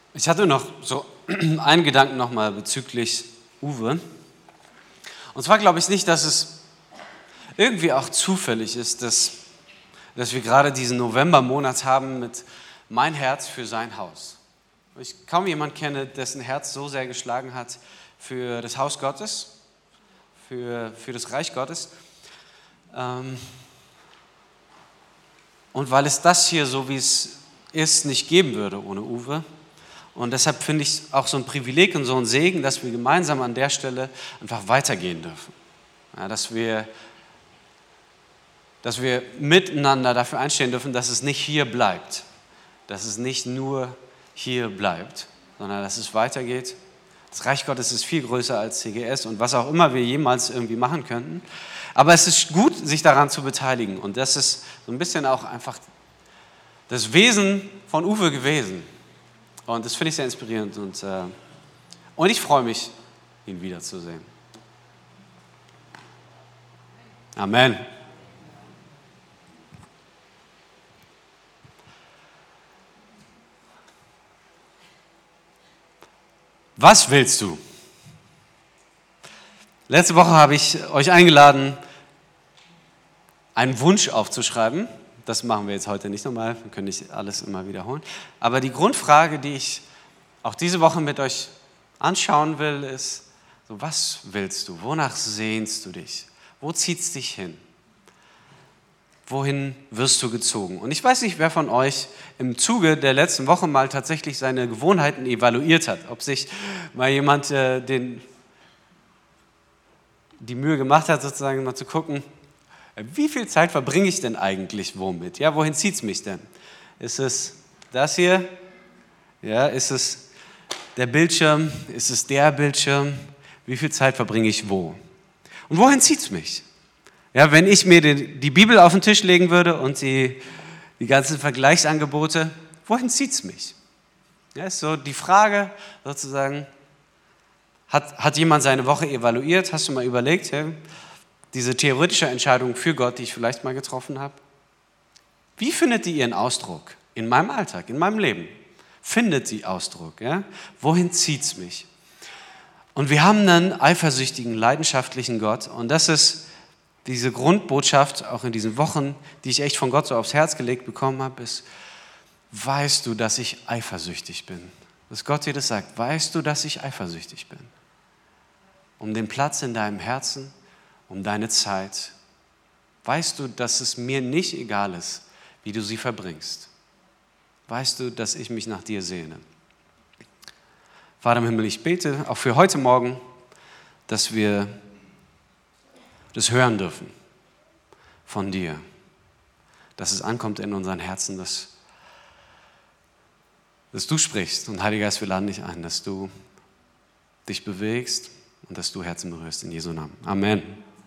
Ich hatte noch so einen Gedanken nochmal bezüglich Uwe. Und zwar glaube ich nicht, dass es irgendwie auch zufällig ist, dass wir gerade diesen Novembermonat haben mit Mein Herz für sein Haus. Ich kaum jemanden kenne, dessen Herz so sehr geschlagen hat für das Haus Gottes, für das Reich Gottes. Und weil es das hier, so wie es ist, nicht geben würde ohne Uwe. Und deshalb finde ich es auch so ein Privileg und so ein Segen, dass wir gemeinsam an der Stelle einfach weitergehen dürfen. Ja, dass wir miteinander dafür einstehen dürfen, dass es nicht hier bleibt. Dass es nicht nur hier bleibt, sondern dass es weitergeht. Das Reich Gottes ist viel größer als CGS und was auch immer wir jemals irgendwie machen könnten. Aber es ist gut, sich daran zu beteiligen. Und das ist so ein bisschen auch einfach das Wesen von Uwe gewesen. Und das finde ich sehr inspirierend. Und ich freue mich, ihn wiederzusehen. Amen. Was willst du? Letzte Woche habe ich euch eingeladen, einen Wunsch aufzuschreiben. Das machen wir jetzt heute nicht nochmal, wir können nicht alles immer wiederholen. Aber die Grundfrage, die ich auch diese Woche mit euch anschauen will, ist, so, was willst du? Wonach sehnst du dich? Wo zieht es dich hin? Wohin wirst du gezogen? Und ich weiß nicht, wer von euch im Zuge der letzten Woche mal tatsächlich seine Gewohnheiten evaluiert hat. Ob sich mal jemand die Mühe gemacht hat, sozusagen mal zu gucken, wie viel Zeit verbringe ich denn eigentlich womit? Ja, wohin zieht es mich denn? Ist es das hier? Ja, ist es der Bildschirm? Ist es der Bildschirm? Wie viel Zeit verbringe ich wo? Und wohin zieht es mich? Ja, wenn ich mir die Bibel auf den Tisch legen würde und die ganzen Vergleichsangebote, wohin zieht es mich? Ja, ist so die Frage sozusagen, hat jemand seine Woche evaluiert? Hast du mal überlegt, ja, diese theoretische Entscheidung für Gott, die ich vielleicht mal getroffen habe, wie findet die ihren Ausdruck in meinem Alltag, in meinem Leben? Findet sie Ausdruck? Ja? Wohin zieht es mich? Und wir haben einen eifersüchtigen, leidenschaftlichen Gott und das ist diese Grundbotschaft, auch in diesen Wochen, die ich echt von Gott so aufs Herz gelegt bekommen habe, ist, weißt du, dass ich eifersüchtig bin? Dass Gott dir das sagt, weißt du, dass ich eifersüchtig bin? Um den Platz in deinem Herzen, um deine Zeit. Weißt du, dass es mir nicht egal ist, wie du sie verbringst? Weißt du, dass ich mich nach dir sehne? Vater im Himmel, ich bete auch für heute Morgen, dass wir das hören dürfen von dir, dass es ankommt in unseren Herzen, dass du sprichst. Und Heiliger Geist, wir laden dich ein, dass du dich bewegst und dass du Herzen berührst in Jesu Namen. Amen.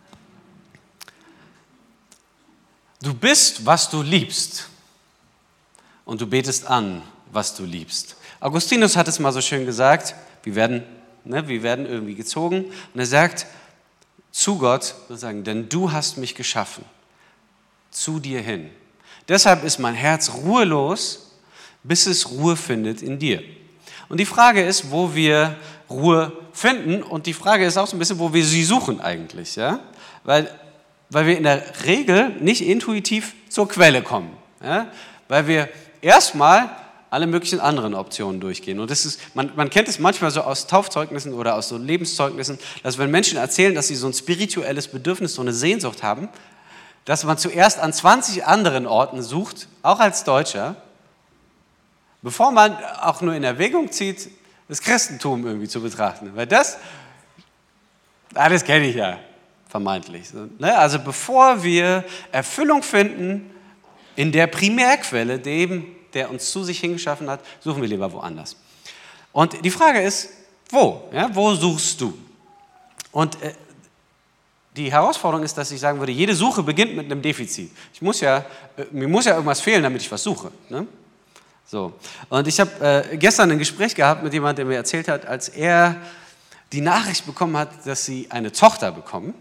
Du bist, was du liebst und du betest an, was du liebst. Augustinus hat es mal so schön gesagt, wir werden irgendwie gezogen und er sagt zu Gott, sozusagen, denn du hast mich geschaffen, zu dir hin. Deshalb ist mein Herz ruhelos, bis es Ruhe findet in dir. Und die Frage ist, wo wir Ruhe finden und die Frage ist auch so ein bisschen, wo wir sie suchen eigentlich, ja? Weil wir in der Regel nicht intuitiv zur Quelle kommen. Ja? Weil wir erstmal alle möglichen anderen Optionen durchgehen. Und das ist, man kennt es manchmal so aus Taufzeugnissen oder aus so Lebenszeugnissen, dass wenn Menschen erzählen, dass sie so ein spirituelles Bedürfnis, so eine Sehnsucht haben, dass man zuerst an 20 anderen Orten sucht, auch als Deutscher, bevor man auch nur in Erwägung zieht, das Christentum irgendwie zu betrachten. Weil das kenne ich ja. Vermeintlich. Also bevor wir Erfüllung finden in der Primärquelle, dem, der uns zu sich hingeschaffen hat, suchen wir lieber woanders. Und die Frage ist, wo? Ja, wo suchst du? Und die Herausforderung ist, dass ich sagen würde, jede Suche beginnt mit einem Defizit. Mir muss ja irgendwas fehlen, damit ich was suche. Ne? So. Und ich habe gestern ein Gespräch gehabt mit jemandem, der mir erzählt hat, als er die Nachricht bekommen hat, dass sie eine Tochter bekommen,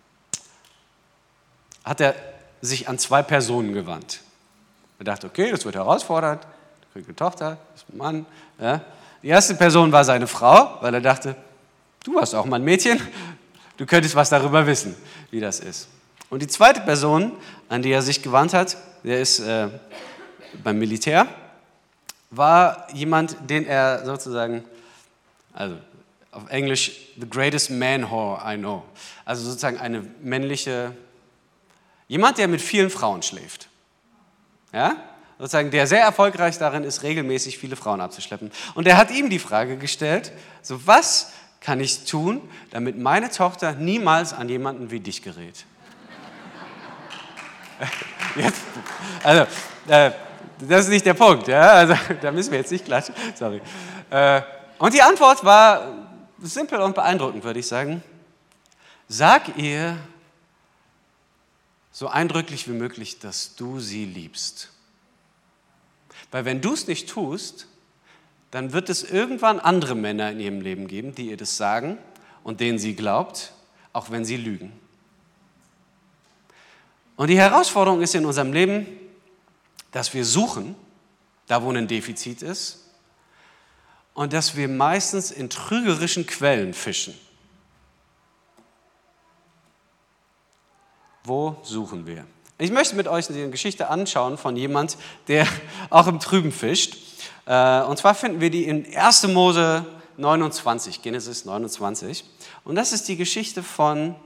hat er sich an 2 Personen gewandt. Er dachte, okay, das wird herausfordernd, ich kriege eine Tochter, das ist ein Mann, ja, Die erste Person war seine Frau, weil er dachte, du hast auch mal ein Mädchen, du könntest was darüber wissen, wie das ist. Und die zweite Person, an die er sich gewandt hat, der ist beim Militär, war jemand, den er sozusagen, also auf Englisch, the greatest man whore I know, also sozusagen eine männliche, jemand, der mit vielen Frauen schläft. Ja? Sozusagen, der sehr erfolgreich darin ist, regelmäßig viele Frauen abzuschleppen. Und er hat ihm die Frage gestellt, so was kann ich tun, damit meine Tochter niemals an jemanden wie dich gerät? Jetzt, also, das ist nicht der Punkt, ja? Also, da müssen wir jetzt nicht klatschen, sorry. Und die Antwort war simpel und beeindruckend, würde ich sagen. Sag ihr so eindrücklich wie möglich, dass du sie liebst. Weil wenn du es nicht tust, dann wird es irgendwann andere Männer in ihrem Leben geben, die ihr das sagen und denen sie glaubt, auch wenn sie lügen. Und die Herausforderung ist in unserem Leben, dass wir suchen, da wo ein Defizit ist, und dass wir meistens in trügerischen Quellen fischen. Wo suchen wir? Ich möchte mit euch eine Geschichte anschauen von jemand, der auch im Trüben fischt. Und zwar finden wir die in 1. Mose 29, Genesis 29. Und das ist die Geschichte von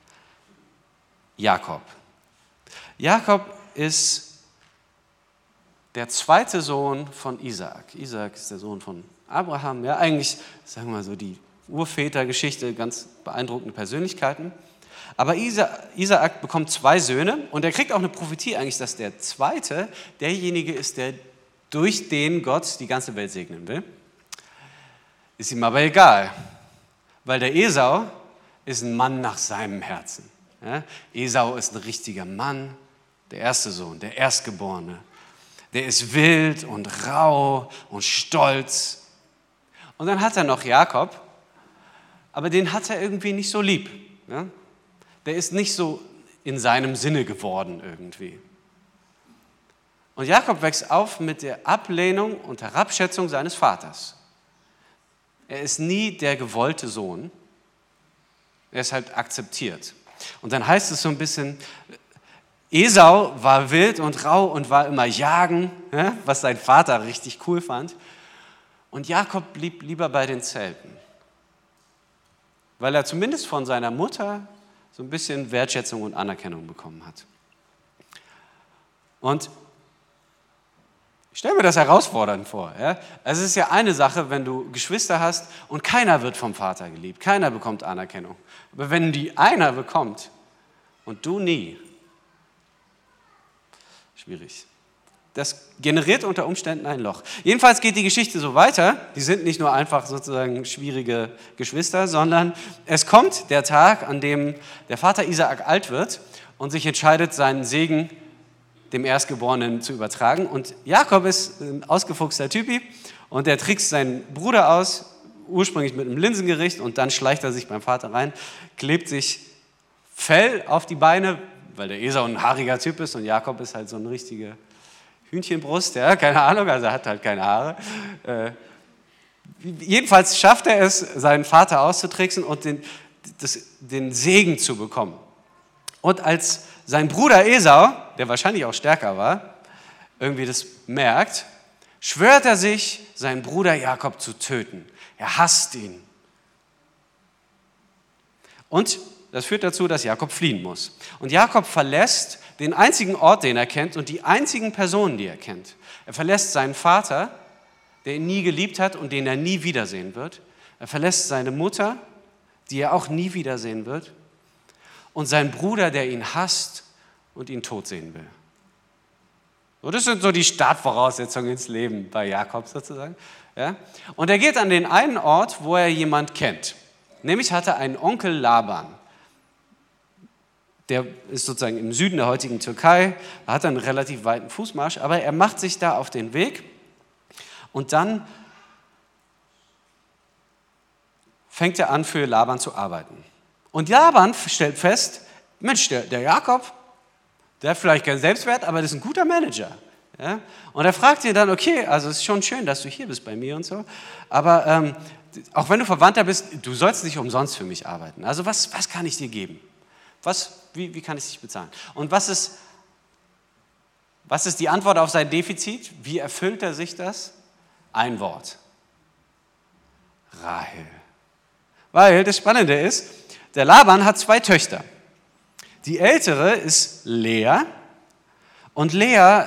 Jakob. Jakob ist der zweite Sohn von Isaak. Isaak ist der Sohn von Abraham. Ja, eigentlich, sagen wir mal so, die Urvätergeschichte, ganz beeindruckende Persönlichkeiten. Aber Isaak bekommt 2 Söhne und er kriegt auch eine Prophetie eigentlich, dass der Zweite derjenige ist, der durch den Gott die ganze Welt segnen will. Ist ihm aber egal, weil der Esau ist ein Mann nach seinem Herzen. Ja? Esau ist ein richtiger Mann, der erste Sohn, der Erstgeborene. Der ist wild und rau und stolz. Und dann hat er noch Jakob, aber den hat er irgendwie nicht so lieb. Ja? Der ist nicht so in seinem Sinne geworden irgendwie. Und Jakob wächst auf mit der Ablehnung und Herabschätzung seines Vaters. Er ist nie der gewollte Sohn. Er ist halt akzeptiert. Und dann heißt es so ein bisschen, Esau war wild und rau und war immer jagen, was sein Vater richtig cool fand. Und Jakob blieb lieber bei den Zelten, weil er zumindest von seiner Mutter so ein bisschen Wertschätzung und Anerkennung bekommen hat. Und ich stelle mir das herausfordernd vor. Ja? Es ist ja eine Sache, wenn du Geschwister hast und keiner wird vom Vater geliebt, keiner bekommt Anerkennung. Aber wenn die einer bekommt und du nie, schwierig. Das generiert unter Umständen ein Loch. Jedenfalls geht die Geschichte so weiter. Die sind nicht nur einfach sozusagen schwierige Geschwister, sondern es kommt der Tag, an dem der Vater Isaak alt wird und sich entscheidet, seinen Segen dem Erstgeborenen zu übertragen. Und Jakob ist ein ausgefuchster Typi und der trickst seinen Bruder aus, ursprünglich mit einem Linsengericht, und dann schleicht er sich beim Vater rein, klebt sich Fell auf die Beine, weil der Esau ein haariger Typ ist und Jakob ist halt so eine richtige Hühnchenbrust, ja, keine Ahnung, also er hat halt keine Haare. Jedenfalls schafft er es, seinen Vater auszutricksen und den Segen zu bekommen. Und als sein Bruder Esau, der wahrscheinlich auch stärker war, irgendwie das merkt, schwört er sich, seinen Bruder Jakob zu töten. Er hasst ihn. Und das führt dazu, dass Jakob fliehen muss. Und Jakob verlässt den einzigen Ort, den er kennt, und die einzigen Personen, die er kennt. Er verlässt seinen Vater, der ihn nie geliebt hat und den er nie wiedersehen wird. Er verlässt seine Mutter, die er auch nie wiedersehen wird. Und seinen Bruder, der ihn hasst und ihn tot sehen will. So, das sind so die Startvoraussetzungen ins Leben bei Jakob sozusagen. Ja? Und er geht an den einen Ort, wo er jemand kennt. Nämlich hat er einen Onkel Laban. Der ist sozusagen im Süden der heutigen Türkei, er hat einen relativ weiten Fußmarsch, aber er macht sich da auf den Weg und dann fängt er an, für Laban zu arbeiten. Und Laban stellt fest, Mensch, der Jakob, der hat vielleicht keinen Selbstwert, aber das ist ein guter Manager. Ja? Und er fragt sie dann, okay, also es ist schon schön, dass du hier bist bei mir und so, aber auch wenn du Verwandter bist, du sollst nicht umsonst für mich arbeiten. Also was kann ich dir geben? Wie kann ich dich bezahlen? Und was ist die Antwort auf sein Defizit? Wie erfüllt er sich das? Ein Wort. Rahel. Weil das Spannende ist, der Laban hat 2 Töchter. Die ältere ist Lea und Lea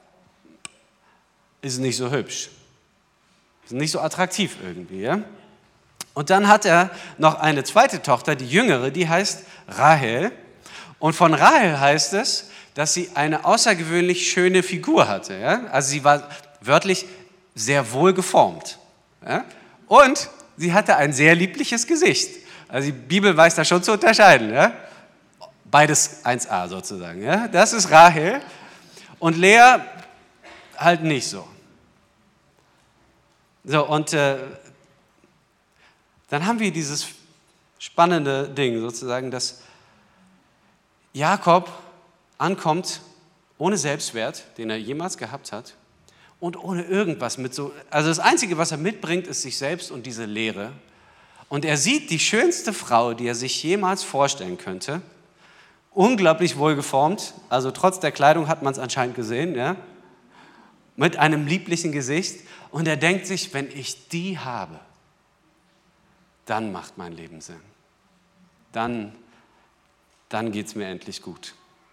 ist nicht so hübsch, ist nicht so attraktiv irgendwie. Ja? Und dann hat er noch eine zweite Tochter, die jüngere, die heißt Rahel. Und von Rahel heißt es, dass sie eine außergewöhnlich schöne Figur hatte. Ja? Also sie war wörtlich sehr wohl geformt. Ja? Und sie hatte ein sehr liebliches Gesicht. Also die Bibel weiß da schon zu unterscheiden. Ja? Beides 1a sozusagen. Ja? Das ist Rahel und Lea halt nicht so. So, und dann haben wir dieses spannende Ding sozusagen, dass Jakob ankommt ohne Selbstwert, den er jemals gehabt hat und ohne irgendwas also das Einzige, was er mitbringt, ist sich selbst und diese Leere. Und er sieht die schönste Frau, die er sich jemals vorstellen könnte, unglaublich wohlgeformt, also trotz der Kleidung hat man es anscheinend gesehen, ja, mit einem lieblichen Gesicht und er denkt sich, wenn ich die habe, dann macht mein Leben Sinn. Dann geht es mir endlich gut.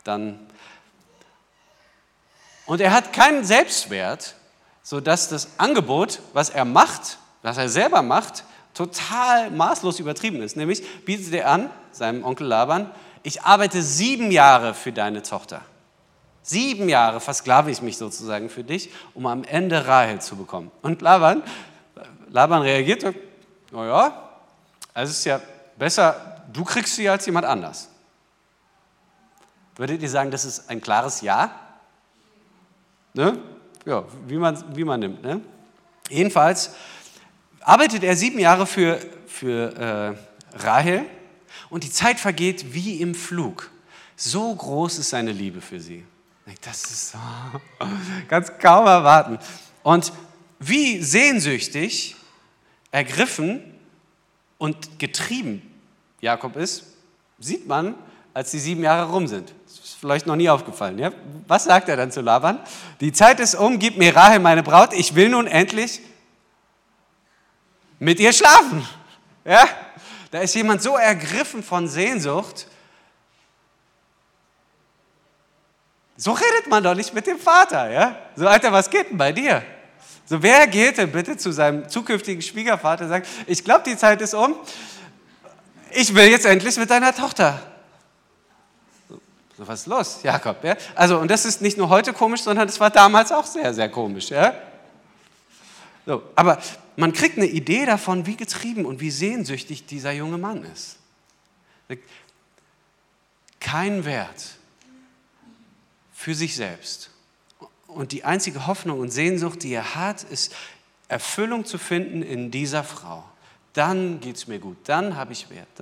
Und er hat keinen Selbstwert, sodass das Angebot, was er macht, was er selber macht, total maßlos übertrieben ist. Nämlich bietet er an, seinem Onkel Laban, ich arbeite 7 Jahre für deine Tochter. 7 Jahre versklave ich mich sozusagen für dich, um am Ende Rahel zu bekommen. Und Laban reagiert, naja, also es ist ja besser, du kriegst sie als jemand anders. Würdet ihr sagen, das ist ein klares Ja? Ne? Ja, wie man nimmt. Ne? Jedenfalls arbeitet er 7 Jahre für Rahel und die Zeit vergeht wie im Flug. So groß ist seine Liebe für sie. Das ist so, ganz kaum erwarten. Und wie sehnsüchtig, ergriffen und getrieben Jakob ist, sieht man, als die 7 Jahre rum sind. Das ist vielleicht noch nie aufgefallen. Ja? Was sagt er dann zu Laban? Die Zeit ist um, gib mir Rahel, meine Braut, ich will nun endlich mit ihr schlafen. Ja? Da ist jemand so ergriffen von Sehnsucht. So redet man doch nicht mit dem Vater. Ja? So, Alter, was geht denn bei dir? So, wer geht denn bitte zu seinem zukünftigen Schwiegervater und sagt, ich glaube, die Zeit ist um, ich will jetzt endlich mit deiner Tochter. So, was ist los, Jakob? Ja? Also, und das ist nicht nur heute komisch, sondern das war damals auch sehr, sehr komisch. Ja? So, aber man kriegt eine Idee davon, wie getrieben und wie sehnsüchtig dieser junge Mann ist. Kein Wert für sich selbst. Und die einzige Hoffnung und Sehnsucht, die er hat, ist Erfüllung zu finden in dieser Frau. Dann geht es mir gut, dann habe ich Wert.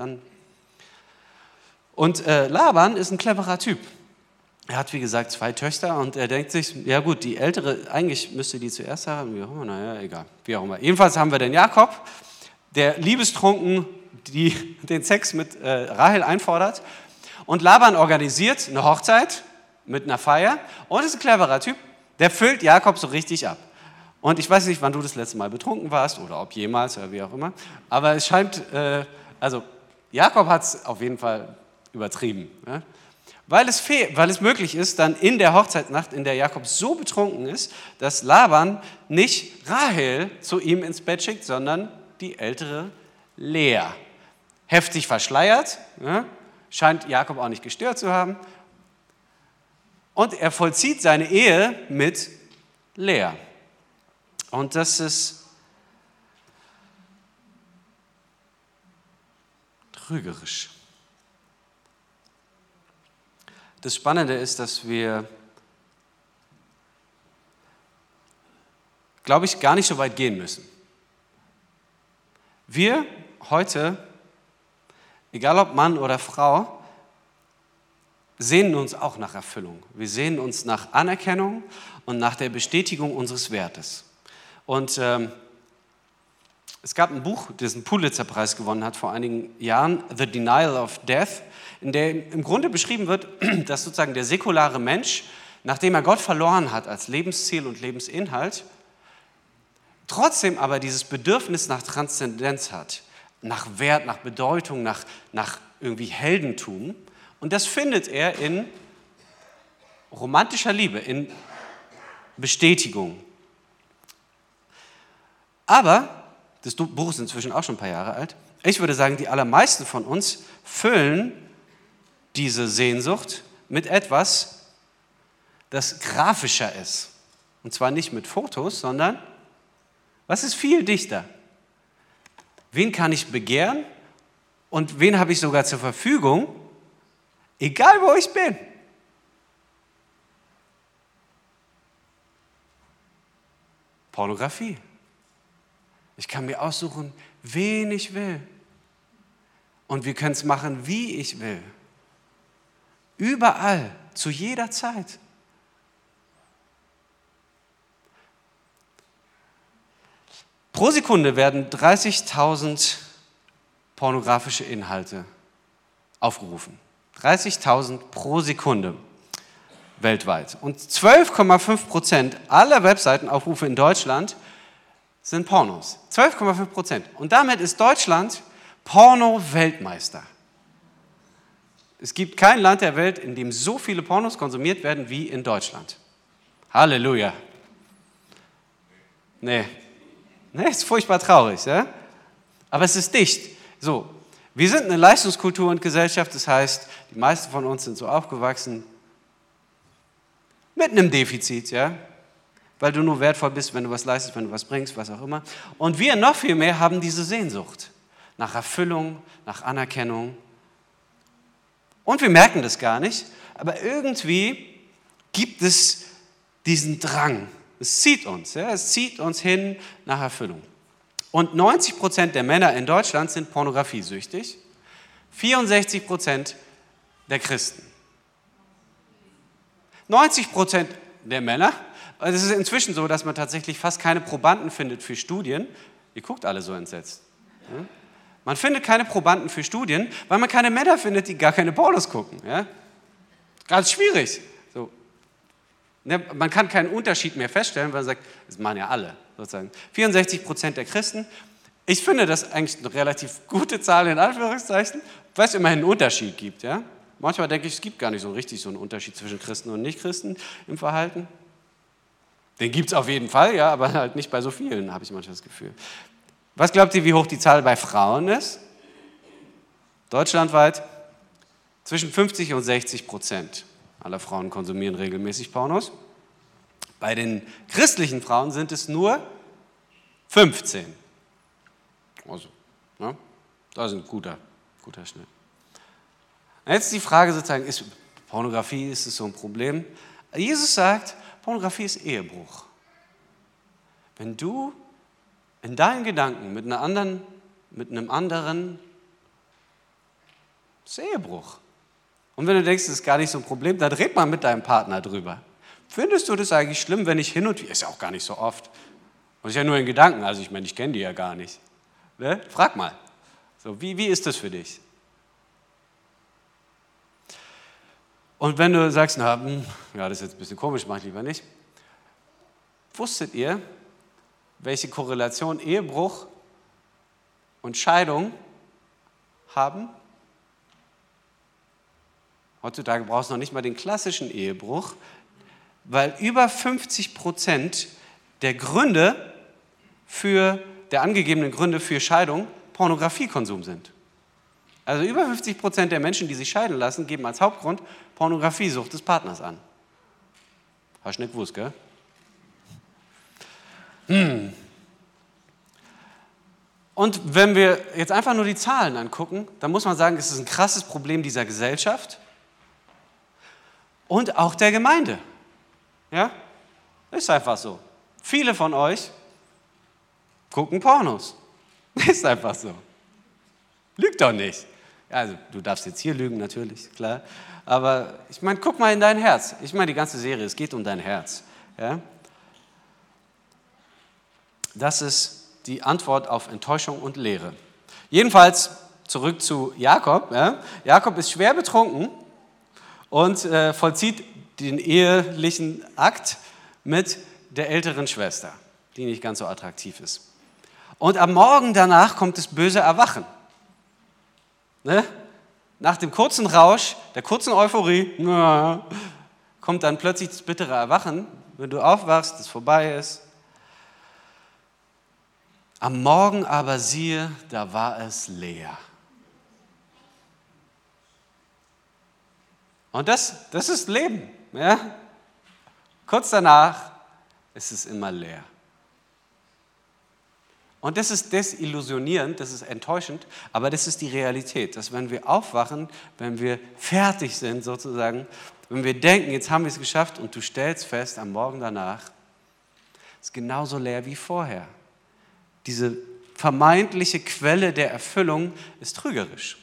Und Laban ist ein cleverer Typ. Er hat, wie gesagt, 2 Töchter und er denkt sich, ja gut, die ältere, eigentlich müsste die zuerst haben, wie auch immer, naja, egal, wie auch immer. Jedenfalls haben wir den Jakob, der liebestrunken den Sex mit Rahel einfordert und Laban organisiert eine Hochzeit mit einer Feier und ist ein cleverer Typ, der füllt Jakob so richtig ab. Und ich weiß nicht, wann du das letzte Mal betrunken warst oder ob jemals oder wie auch immer, aber es scheint, Jakob hat es auf jeden Fall übertrieben. Ja? Weil es möglich ist, dann in der Hochzeitsnacht, in der Jakob so betrunken ist, dass Laban nicht Rahel zu ihm ins Bett schickt, sondern die ältere Lea. Heftig verschleiert, ja? Scheint Jakob auch nicht gestört zu haben. Und er vollzieht seine Ehe mit Lea. Und das ist trügerisch. Das Spannende ist, dass wir, glaube ich, gar nicht so weit gehen müssen. Wir heute, egal ob Mann oder Frau, sehnen uns auch nach Erfüllung. Wir sehnen uns nach Anerkennung und nach der Bestätigung unseres Wertes. Und es gab ein Buch, das einen Pulitzer-Preis gewonnen hat vor einigen Jahren, The Denial of Death, in dem im Grunde beschrieben wird, dass sozusagen der säkulare Mensch, nachdem er Gott verloren hat als Lebensziel und Lebensinhalt, trotzdem aber dieses Bedürfnis nach Transzendenz hat, nach Wert, nach Bedeutung, nach irgendwie Heldentum. Und das findet er in romantischer Liebe, in Bestätigung. Aber, das Buch ist inzwischen auch schon ein paar Jahre alt, ich würde sagen, die allermeisten von uns füllen diese Sehnsucht mit etwas, das grafischer ist. Und zwar nicht mit Fotos, sondern was ist viel dichter? Wen kann ich begehren und wen habe ich sogar zur Verfügung, egal wo ich bin? Pornografie. Ich kann mir aussuchen, wen ich will. Und wir können es machen, wie ich will. Überall, zu jeder Zeit. Pro Sekunde werden 30.000 pornografische Inhalte aufgerufen. 30.000 pro Sekunde weltweit. Und 12,5% aller Webseitenaufrufe in Deutschland sind Pornos. 12,5%. Und damit ist Deutschland Porno-Weltmeister. Es gibt kein Land der Welt, in dem so viele Pornos konsumiert werden wie in Deutschland. Halleluja. Nee, ist furchtbar traurig. Ja? Aber es ist dicht. So, wir sind eine Leistungskultur und Gesellschaft, das heißt, die meisten von uns sind so aufgewachsen mit einem Defizit, ja? Weil du nur wertvoll bist, wenn du was leistest, wenn du was bringst, was auch immer. Und wir noch viel mehr haben diese Sehnsucht nach Erfüllung, nach Anerkennung. Und wir merken das gar nicht, aber irgendwie gibt es diesen Drang. Es zieht uns, ja? Es zieht uns hin nach Erfüllung. Und 90% der Männer in Deutschland sind pornografiesüchtig, 64% der Christen. 90% der Männer, also es ist inzwischen so, dass man tatsächlich fast keine Probanden findet für Studien. Ihr guckt alle so entsetzt. Ja? Man findet keine Probanden für Studien, weil man keine Männer findet, die gar keine Pornos gucken. Ja? Ganz schwierig. So. Ja, man kann keinen Unterschied mehr feststellen, weil man sagt, das machen ja alle. Sozusagen. 64% der Christen. Ich finde das eigentlich eine relativ gute Zahl in Anführungszeichen, weil es immerhin einen Unterschied gibt. Ja? Manchmal denke ich, es gibt gar nicht so richtig so einen Unterschied zwischen Christen und Nichtchristen im Verhalten. Den gibt es auf jeden Fall, ja, aber halt nicht bei so vielen, habe ich manchmal das Gefühl. Was glaubt ihr, wie hoch die Zahl bei Frauen ist? Deutschlandweit zwischen 50 und 60% aller Frauen konsumieren regelmäßig Pornos. Bei den christlichen Frauen sind es nur 15. Also, ne? Das ist ein guter Schnitt. Jetzt die Frage sozusagen, ist Pornografie, ist es so ein Problem? Jesus sagt, Pornografie ist Ehebruch. Wenn du in deinen Gedanken mit einem anderen, ist Ehebruch. Und wenn du denkst, das ist gar nicht so ein Problem, dann red mal mit deinem Partner drüber. Findest du das eigentlich schlimm, wenn ich hin und wieder, ist ja auch gar nicht so oft, und ist ja nur in Gedanken, also ich meine, ich kenne die ja gar nicht. Ne? Frag mal, so, wie ist das für dich? Und wenn du sagst, ja, das ist jetzt ein bisschen komisch, mach ich lieber nicht. Wusstet ihr, welche Korrelation Ehebruch und Scheidung haben? Heutzutage brauchst du noch nicht mal den klassischen Ehebruch, weil über 50% der angegebenen Gründe für Scheidung Pornografiekonsum sind. Also über 50% der Menschen, die sich scheiden lassen, geben als Hauptgrund Pornografiesucht des Partners an. Hast du nicht gewusst, gell? Und wenn wir jetzt einfach nur die Zahlen angucken, dann muss man sagen, es ist ein krasses Problem dieser Gesellschaft und auch der Gemeinde. Ja? Ist einfach so. Viele von euch gucken Pornos. Ist einfach so. Lügt doch nicht. Ja, also du darfst jetzt hier lügen, natürlich, klar. Aber ich meine, guck mal in dein Herz. Ich meine, die ganze Serie, es geht um dein Herz. Ja? Das ist die Antwort auf Enttäuschung und Leere. Jedenfalls zurück zu Jakob. Ja? Jakob ist schwer betrunken und vollzieht den ehelichen Akt mit der älteren Schwester, die nicht ganz so attraktiv ist. Und am Morgen danach kommt das böse Erwachen. Ne? Nach dem kurzen Rausch, der kurzen Euphorie, kommt dann plötzlich das bittere Erwachen, wenn du aufwachst, es vorbei ist. Am Morgen aber siehe, da war es leer. Und das ist Leben. Ja? Kurz danach ist es immer leer. Und das ist desillusionierend, das ist enttäuschend, aber das ist die Realität, dass wenn wir aufwachen, wenn wir fertig sind sozusagen, wenn wir denken, jetzt haben wir es geschafft und du stellst fest, am Morgen danach ist genauso leer wie vorher. Diese vermeintliche Quelle der Erfüllung ist trügerisch.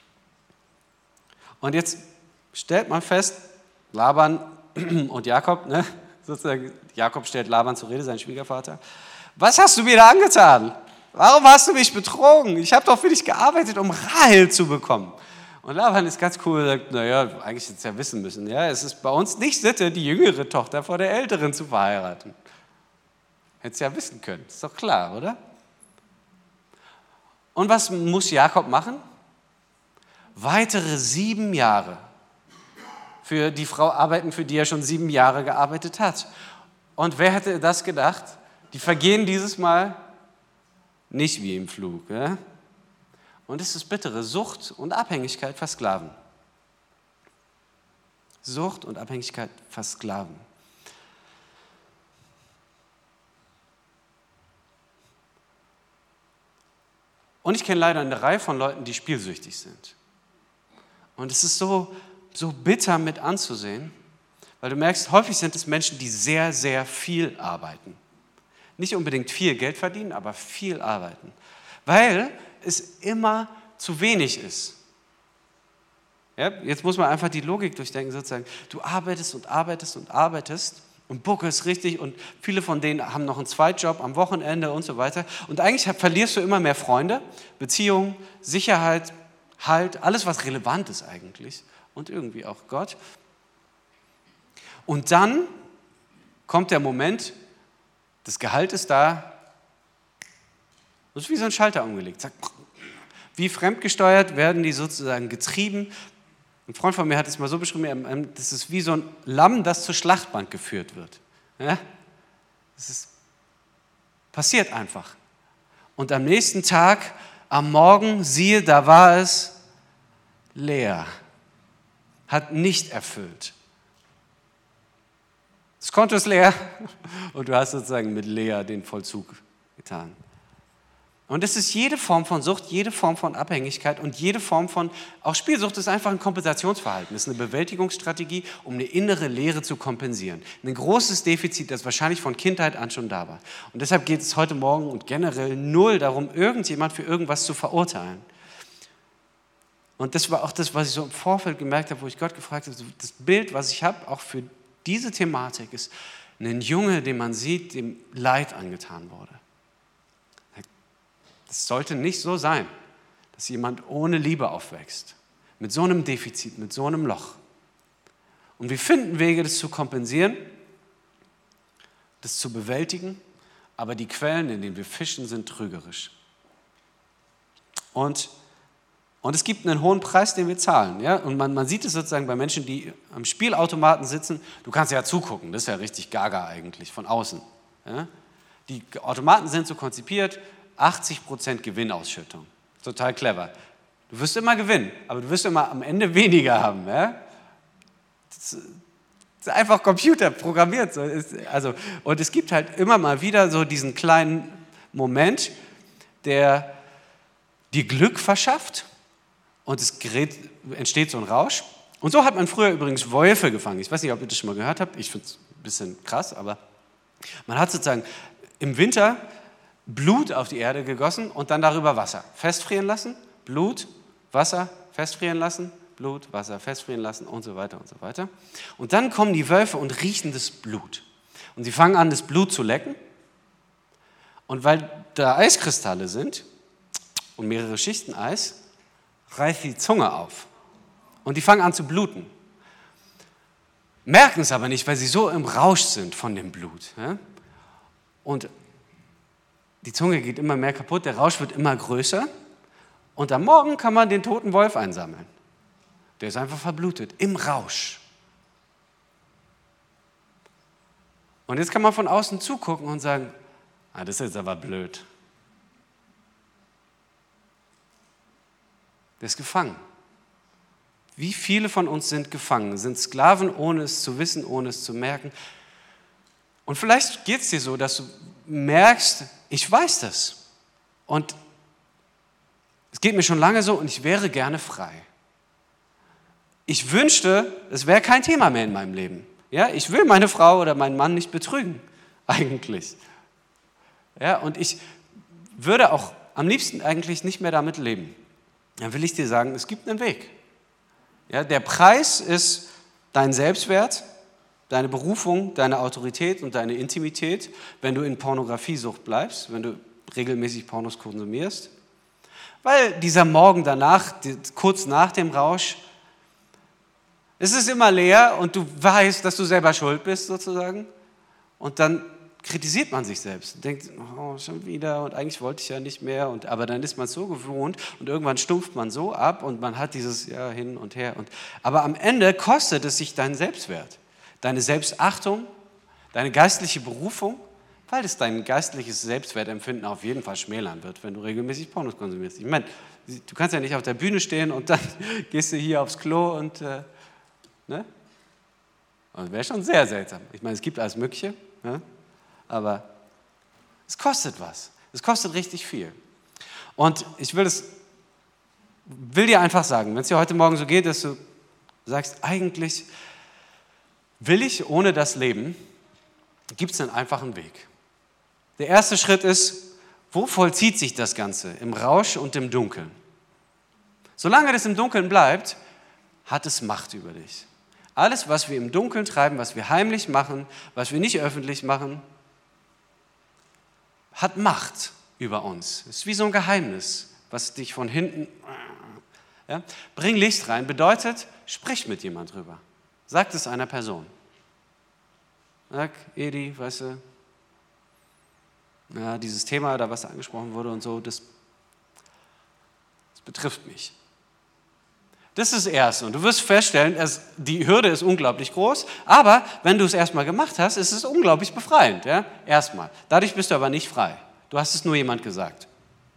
Und jetzt stellt man fest, Laban und Jakob, ne, sozusagen, Jakob stellt Laban zur Rede, sein Schwiegervater. Was hast du mir da angetan? Warum hast du mich betrogen? Ich habe doch für dich gearbeitet, um Rahel zu bekommen. Und Laban ist ganz cool und sagt, naja, eigentlich hättest du ja wissen müssen. Ja, es ist bei uns nicht Sitte, die jüngere Tochter vor der älteren zu verheiraten. Hättest ja wissen können, ist doch klar, oder? Und was muss Jakob machen? Weitere 7 Jahre für die Frau arbeiten, für die er schon 7 Jahre gearbeitet hat. Und wer hätte das gedacht? Die vergehen dieses Mal nicht wie im Flug. Ja? Und es ist bittere Sucht und Abhängigkeit versklaven. Sucht und Abhängigkeit versklaven. Und ich kenne leider eine Reihe von Leuten, die spielsüchtig sind. Und es ist so bitter mit anzusehen, weil du merkst, häufig sind es Menschen, die sehr, sehr viel arbeiten. Nicht unbedingt viel Geld verdienen, aber viel arbeiten. Weil es immer zu wenig ist. Ja, jetzt muss man einfach die Logik durchdenken, sozusagen. Du arbeitest und arbeitest und arbeitest und buckelst richtig und viele von denen haben noch einen Zweitjob am Wochenende und so weiter. Und eigentlich verlierst du immer mehr Freunde, Beziehungen, Sicherheit, Halt, alles was relevant ist eigentlich und irgendwie auch Gott. Und dann kommt der Moment, das Gehalt ist da, das ist wie so ein Schalter umgelegt. Zack. Wie fremdgesteuert werden die sozusagen getrieben. Ein Freund von mir hat es mal so beschrieben, das ist wie so ein Lamm, das zur Schlachtbank geführt wird. Ja? Das passiert einfach. Und am nächsten Tag, am Morgen, siehe, da war es leer. Hat nicht erfüllt. Das Konto ist leer und du hast sozusagen mit leer den Vollzug getan. Und es ist jede Form von Sucht, jede Form von Abhängigkeit und jede Form von, auch Spielsucht ist einfach ein Kompensationsverhalten, ist eine Bewältigungsstrategie, um eine innere Leere zu kompensieren. Ein großes Defizit, das wahrscheinlich von Kindheit an schon da war. Und deshalb geht es heute Morgen und generell null darum, irgendjemand für irgendwas zu verurteilen. Und das war auch das, was ich so im Vorfeld gemerkt habe, wo ich Gott gefragt habe, das Bild, was ich habe, auch für diese Thematik, ist ein Junge, den man sieht, dem Leid angetan wurde. Es sollte nicht so sein, dass jemand ohne Liebe aufwächst, mit so einem Defizit, mit so einem Loch. Und wir finden Wege, das zu kompensieren, das zu bewältigen, aber die Quellen, in denen wir fischen, sind trügerisch. Und es gibt einen hohen Preis, den wir zahlen. Ja? Und man sieht es sozusagen bei Menschen, die am Spielautomaten sitzen. Du kannst ja zugucken, das ist ja richtig gaga eigentlich, von außen. Ja? Die Automaten sind so konzipiert, 80% Gewinnausschüttung. Total clever. Du wirst immer gewinnen, aber du wirst immer am Ende weniger haben. Ja? Das ist einfach computerprogrammiert. Und es gibt halt immer mal wieder so diesen kleinen Moment, der dir Glück verschafft und das Gerät entsteht so ein Rausch. Und so hat man früher übrigens Wölfe gefangen. Ich weiß nicht, ob ihr das schon mal gehört habt. Ich finde es ein bisschen krass, aber man hat sozusagen im Winter Blut auf die Erde gegossen und dann darüber Wasser. Festfrieren lassen, Blut, Wasser, festfrieren lassen, Blut, Wasser festfrieren lassen und so weiter und so weiter. Und dann kommen die Wölfe und riechen das Blut. Und sie fangen an, das Blut zu lecken. Und weil da Eiskristalle sind und mehrere Schichten Eis, reißt die Zunge auf. Und die fangen an zu bluten. Merken es aber nicht, weil sie so im Rausch sind von dem Blut. Ja? Und die Zunge geht immer mehr kaputt, der Rausch wird immer größer. Und am Morgen kann man den toten Wolf einsammeln. Der ist einfach verblutet, im Rausch. Und jetzt kann man von außen zugucken und sagen, das ist jetzt aber blöd. Der ist gefangen. Wie viele von uns sind gefangen, sind Sklaven, ohne es zu wissen, ohne es zu merken. Und vielleicht geht es dir so, dass du merkst, ich weiß das. Und es geht mir schon lange so und ich wäre gerne frei. Ich wünschte, es wäre kein Thema mehr in meinem Leben. Ja, ich will meine Frau oder meinen Mann nicht betrügen, eigentlich. Ja, und ich würde auch am liebsten eigentlich nicht mehr damit leben. Dann will ich dir sagen, es gibt einen Weg. Ja, der Preis ist dein Selbstwert, deine Berufung, deine Autorität und deine Intimität, wenn du in Pornografiesucht bleibst, wenn du regelmäßig Pornos konsumierst. Weil dieser Morgen danach, kurz nach dem Rausch, es ist immer leer und du weißt, dass du selber schuld bist sozusagen. Und dann kritisiert man sich selbst und denkt, oh, schon wieder und eigentlich wollte ich ja nicht mehr. Aber dann ist man so gewohnt und irgendwann stumpft man so ab und man hat dieses hin und her. Aber am Ende kostet es sich deinen Selbstwert, deine Selbstachtung, deine geistliche Berufung, weil es dein geistliches Selbstwertempfinden auf jeden Fall schmälern wird, wenn du regelmäßig Pornos konsumierst. Ich meine, du kannst ja nicht auf der Bühne stehen und dann gehst du hier aufs Klo und ne? Das wäre schon sehr seltsam. Ich meine, es gibt alles Mögliche, ne? Aber es kostet was. Es kostet richtig viel. Und ich will dir einfach sagen, wenn es dir heute Morgen so geht, dass du sagst, eigentlich will ich ohne das leben, gibt es einen einfachen Weg. Der erste Schritt ist, wo vollzieht sich das Ganze? Im Rausch und im Dunkeln. Solange das im Dunkeln bleibt, hat es Macht über dich. Alles, was wir im Dunkeln treiben, was wir heimlich machen, was wir nicht öffentlich machen, hat Macht über uns. Es ist wie so ein Geheimnis, was dich von hinten... Ja? Bring Licht rein, bedeutet, sprich mit jemand drüber. Sag es einer Person. Sag, Edi, weißt du, ja, dieses Thema, da was angesprochen wurde und so, das betrifft mich. Das ist das Erste. Und du wirst feststellen, die Hürde ist unglaublich groß, aber wenn du es erstmal gemacht hast, ist es unglaublich befreiend. Ja? Erstmal. Dadurch bist du aber nicht frei. Du hast es nur jemand gesagt.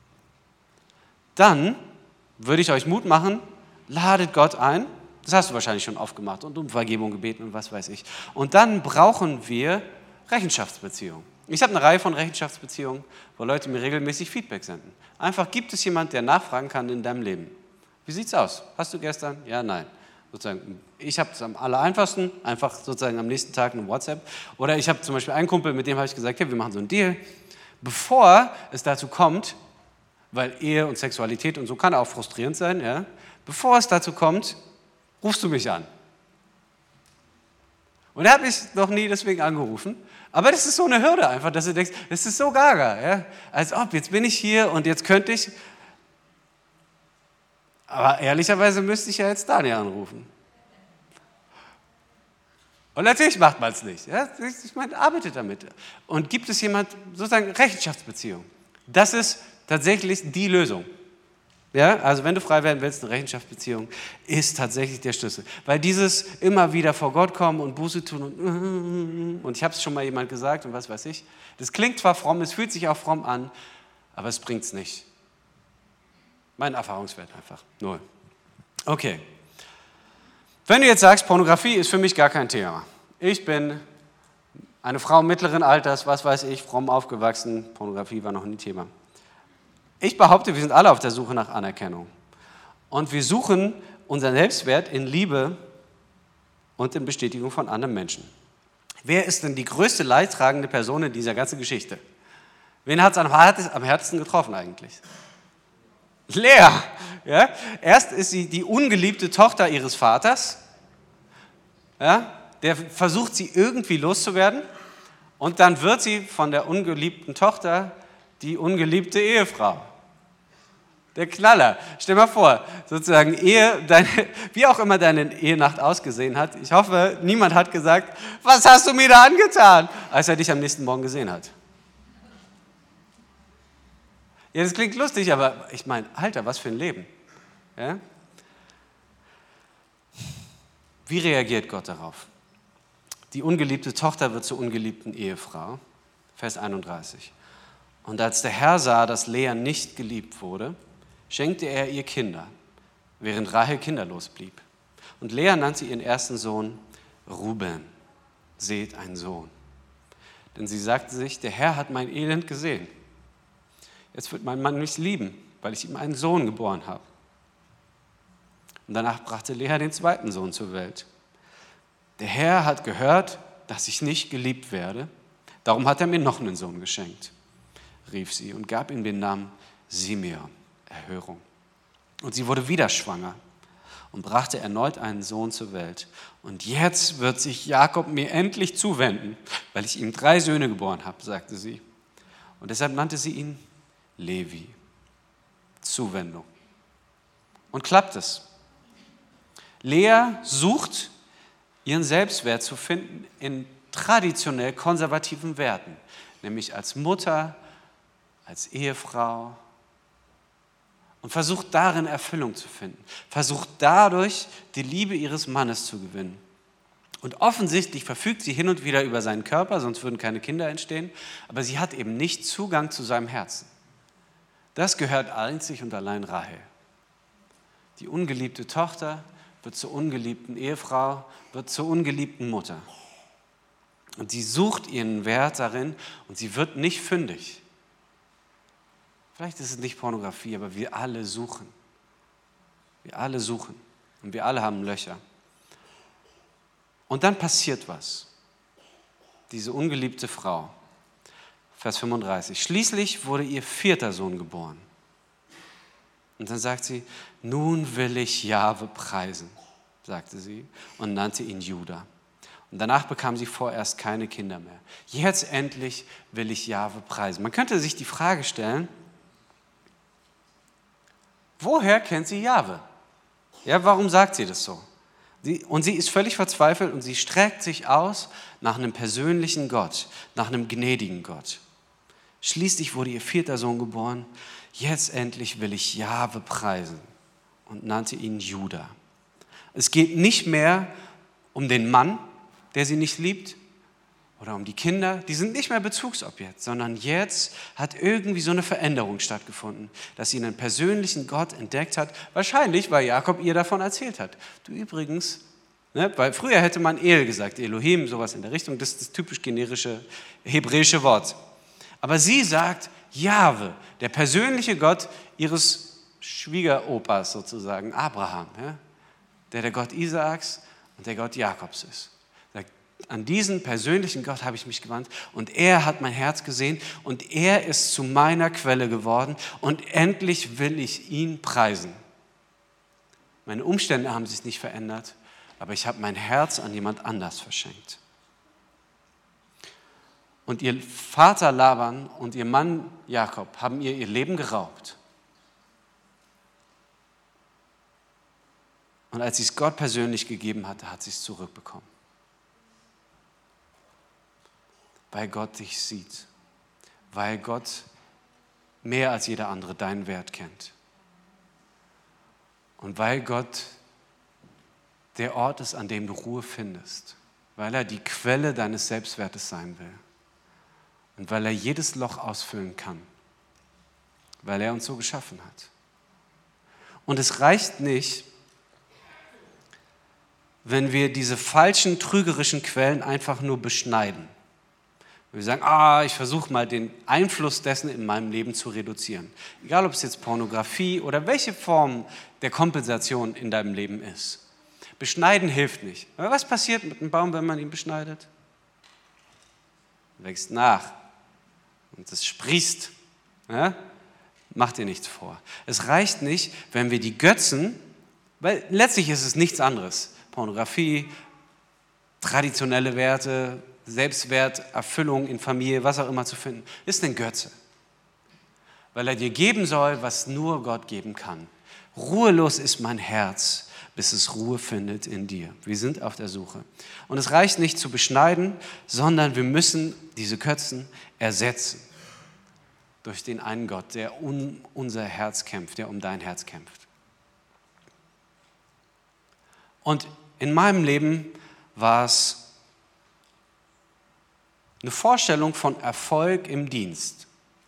Dann würde ich euch Mut machen, ladet Gott ein. Das hast du wahrscheinlich schon oft gemacht und um Vergebung gebeten und was weiß ich. Und dann brauchen wir Rechenschaftsbeziehungen. Ich habe eine Reihe von Rechenschaftsbeziehungen, wo Leute mir regelmäßig Feedback senden. Einfach, gibt es jemanden, der nachfragen kann in deinem Leben? Wie sieht's aus? Hast du gestern? Ja, nein. Sozusagen, ich habe es am allereinfachsten, einfach sozusagen am nächsten Tag eine WhatsApp. Oder ich habe zum Beispiel einen Kumpel, mit dem habe ich gesagt, hey, wir machen so einen Deal. Bevor es dazu kommt, weil Ehe und Sexualität und so kann auch frustrierend sein, ja, bevor es dazu kommt, rufst du mich an. Und er hat mich noch nie deswegen angerufen. Aber das ist so eine Hürde einfach, dass du denkst, das ist so gaga. Ja? Als ob, jetzt bin ich hier und jetzt könnte ich... Aber ehrlicherweise müsste ich ja jetzt Daniel anrufen. Und natürlich macht man es nicht. Ja? Ich meine, arbeitet damit. Und gibt es jemand, sozusagen Rechenschaftsbeziehung? Das ist tatsächlich die Lösung. Ja? Also wenn du frei werden willst, eine Rechenschaftsbeziehung ist tatsächlich der Schlüssel. Weil dieses immer wieder vor Gott kommen und Buße tun und ich habe es schon mal jemand gesagt und was weiß ich, das klingt zwar fromm, es fühlt sich auch fromm an, aber es bringt es nicht. Mein Erfahrungswert einfach. 0. Okay. Wenn du jetzt sagst, Pornografie ist für mich gar kein Thema. Ich bin eine Frau mittleren Alters, was weiß ich, fromm aufgewachsen, Pornografie war noch nie Thema. Ich behaupte, wir sind alle auf der Suche nach Anerkennung. Und wir suchen unseren Selbstwert in Liebe und in Bestätigung von anderen Menschen. Wer ist denn die größte leidtragende Person in dieser ganzen Geschichte? Wen hat es am härtesten getroffen eigentlich? Lea. Ja? Erst ist sie die ungeliebte Tochter ihres Vaters. Ja? Der versucht, sie irgendwie loszuwerden. Und dann wird sie von der ungeliebten Tochter die ungeliebte Ehefrau. Der Knaller. Stell dir mal vor, sozusagen wie auch immer deine Ehenacht ausgesehen hat. Ich hoffe, niemand hat gesagt, was hast du mir da angetan, als er dich am nächsten Morgen gesehen hat. Ja, das klingt lustig, aber ich meine, Alter, was für ein Leben. Ja? Wie reagiert Gott darauf? Die ungeliebte Tochter wird zur ungeliebten Ehefrau. Vers 31. Und als der Herr sah, dass Lea nicht geliebt wurde, schenkte er ihr Kinder, während Rahel kinderlos blieb. Und Lea nannte ihren ersten Sohn Ruben. Seht, ein Sohn. Denn sie sagte sich, der Herr hat mein Elend gesehen. Jetzt wird mein Mann mich lieben, weil ich ihm einen Sohn geboren habe. Und danach brachte Lea den zweiten Sohn zur Welt. Der Herr hat gehört, dass ich nicht geliebt werde. Darum hat er mir noch einen Sohn geschenkt, rief sie und gab ihm den Namen Simeon, Erhörung. Und sie wurde wieder schwanger und brachte erneut einen Sohn zur Welt. Und jetzt wird sich Jakob mir endlich zuwenden, weil ich ihm 3 Söhne geboren habe, sagte sie. Und deshalb nannte sie ihn Levi. Zuwendung. Und klappt es. Lea sucht, ihren Selbstwert zu finden in traditionell konservativen Werten, nämlich als Mutter, als Ehefrau, und versucht darin Erfüllung zu finden, versucht dadurch die Liebe ihres Mannes zu gewinnen. Und offensichtlich verfügt sie hin und wieder über seinen Körper, sonst würden keine Kinder entstehen, aber sie hat eben nicht Zugang zu seinem Herzen. Das gehört einzig und allein Rahel. Die ungeliebte Tochter wird zur ungeliebten Ehefrau, wird zur ungeliebten Mutter. Und sie sucht ihren Wert darin und sie wird nicht fündig. Vielleicht ist es nicht Pornografie, aber wir alle suchen. Wir alle suchen und wir alle haben Löcher. Und dann passiert was. Diese ungeliebte Frau, Vers 35, schließlich wurde ihr 4. Sohn geboren. Und dann sagt sie, nun will ich Jahwe preisen, sagte sie und nannte ihn Juda. Und danach bekam sie vorerst keine Kinder mehr. Jetzt endlich will ich Jahwe preisen. Man könnte sich die Frage stellen, woher kennt sie Jahwe? Ja, warum sagt sie das so? Und sie ist völlig verzweifelt und sie streckt sich aus nach einem persönlichen Gott, nach einem gnädigen Gott. Schließlich wurde ihr 4. Sohn geboren. Jetzt endlich will ich Jahwe preisen und nannte ihn Juda. Es geht nicht mehr um den Mann, der sie nicht liebt, oder um die Kinder, die sind nicht mehr Bezugsobjekt, sondern jetzt hat irgendwie so eine Veränderung stattgefunden, dass sie einen persönlichen Gott entdeckt hat, wahrscheinlich, weil Jakob ihr davon erzählt hat. Du übrigens, ne, weil früher hätte man El gesagt, Elohim, sowas in der Richtung, das ist das typisch generische hebräische Wort. Aber sie sagt, Jahwe, der persönliche Gott ihres Schwiegeropas sozusagen, Abraham, ja, der Gott Isaaks und der Gott Jakobs ist. An diesen persönlichen Gott habe ich mich gewandt und er hat mein Herz gesehen und er ist zu meiner Quelle geworden und endlich will ich ihn preisen. Meine Umstände haben sich nicht verändert, aber ich habe mein Herz an jemand anders verschenkt. Und ihr Vater Laban und ihr Mann Jakob haben ihr Leben geraubt. Und als sie es Gott persönlich gegeben hatte, hat sie es zurückbekommen. Weil Gott dich sieht, weil Gott mehr als jeder andere deinen Wert kennt. Und weil Gott der Ort ist, an dem du Ruhe findest, weil er die Quelle deines Selbstwertes sein will und weil er jedes Loch ausfüllen kann, weil er uns so geschaffen hat. Und es reicht nicht, wenn wir diese falschen, trügerischen Quellen einfach nur beschneiden. Wir sagen, ich versuche mal den Einfluss dessen in meinem Leben zu reduzieren. Egal, ob es jetzt Pornografie oder welche Form der Kompensation in deinem Leben ist. Beschneiden hilft nicht. Aber was passiert mit einem Baum, wenn man ihn beschneidet? Er wächst nach und es sprießt. Ja? Mach dir nichts vor. Es reicht nicht, wenn wir die Götzen, weil letztlich ist es nichts anderes. Pornografie, traditionelle Werte, Selbstwert, Erfüllung in Familie, was auch immer zu finden, ist ein Götze. Weil er dir geben soll, was nur Gott geben kann. Ruhelos ist mein Herz, bis es Ruhe findet in dir. Wir sind auf der Suche. Und es reicht nicht zu beschneiden, sondern wir müssen diese Götzen ersetzen durch den einen Gott, der um unser Herz kämpft, der um dein Herz kämpft. Und in meinem Leben war es eine Vorstellung von Erfolg im Dienst.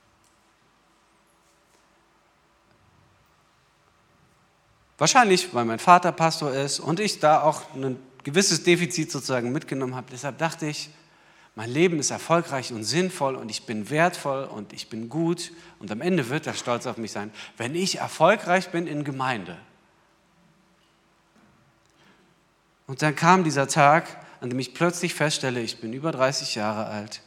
Wahrscheinlich, weil mein Vater Pastor ist und ich da auch ein gewisses Defizit sozusagen mitgenommen habe. Deshalb dachte ich, mein Leben ist erfolgreich und sinnvoll und ich bin wertvoll und ich bin gut und am Ende wird er stolz auf mich sein, wenn ich erfolgreich bin in Gemeinde. Und dann kam dieser Tag, an dem ich plötzlich feststelle, ich bin über 30 Jahre alt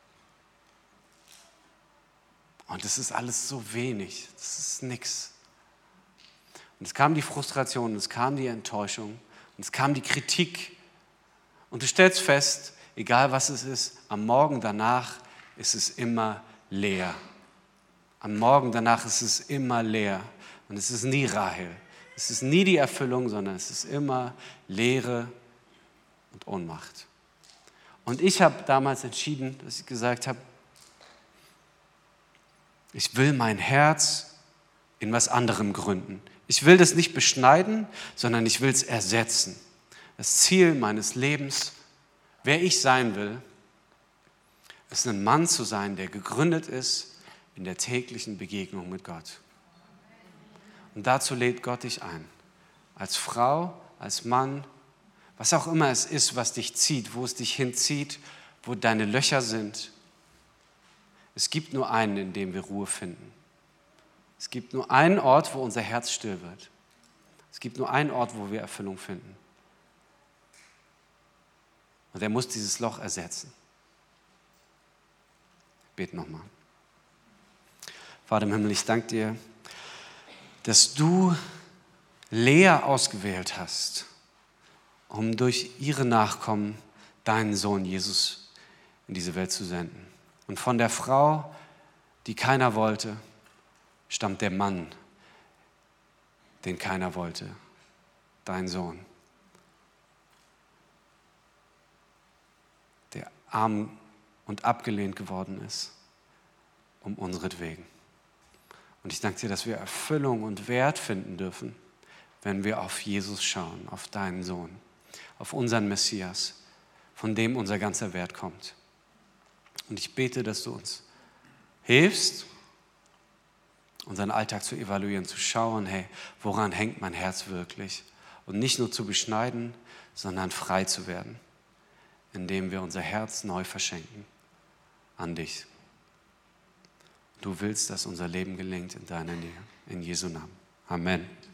und es ist alles so wenig, das ist nichts. Und es kam die Frustration, es kam die Enttäuschung, und es kam die Kritik. Und du stellst fest, egal was es ist, am Morgen danach ist es immer leer. Am Morgen danach ist es immer leer. Und es ist nie Rahel. Es ist nie die Erfüllung, sondern es ist immer Leere und Ohnmacht. Und ich habe damals entschieden, dass ich gesagt habe, ich will mein Herz in was anderem gründen. Ich will das nicht beschneiden, sondern ich will es ersetzen. Das Ziel meines Lebens, wer ich sein will, ist ein Mann zu sein, der gegründet ist in der täglichen Begegnung mit Gott. Und dazu lädt Gott dich ein. Als Frau, als Mann, was auch immer es ist, was dich zieht, wo es dich hinzieht, wo deine Löcher sind. Es gibt nur einen, in dem wir Ruhe finden. Es gibt nur einen Ort, wo unser Herz still wird. Es gibt nur einen Ort, wo wir Erfüllung finden. Und er muss dieses Loch ersetzen. Ich bete nochmal. Vater im Himmel, ich danke dir, dass du Lea ausgewählt hast, um durch ihre Nachkommen deinen Sohn Jesus in diese Welt zu senden. Und von der Frau, die keiner wollte, stammt der Mann, den keiner wollte, dein Sohn, der arm und abgelehnt geworden ist, um unseretwegen. Und ich danke dir, dass wir Erfüllung und Wert finden dürfen, wenn wir auf Jesus schauen, auf deinen Sohn, auf unseren Messias, von dem unser ganzer Wert kommt. Und ich bete, dass du uns hilfst, unseren Alltag zu evaluieren, zu schauen, hey, woran hängt mein Herz wirklich? Und nicht nur zu beschneiden, sondern frei zu werden, indem wir unser Herz neu verschenken an dich. Du willst, dass unser Leben gelingt in deiner Nähe. In Jesu Namen. Amen.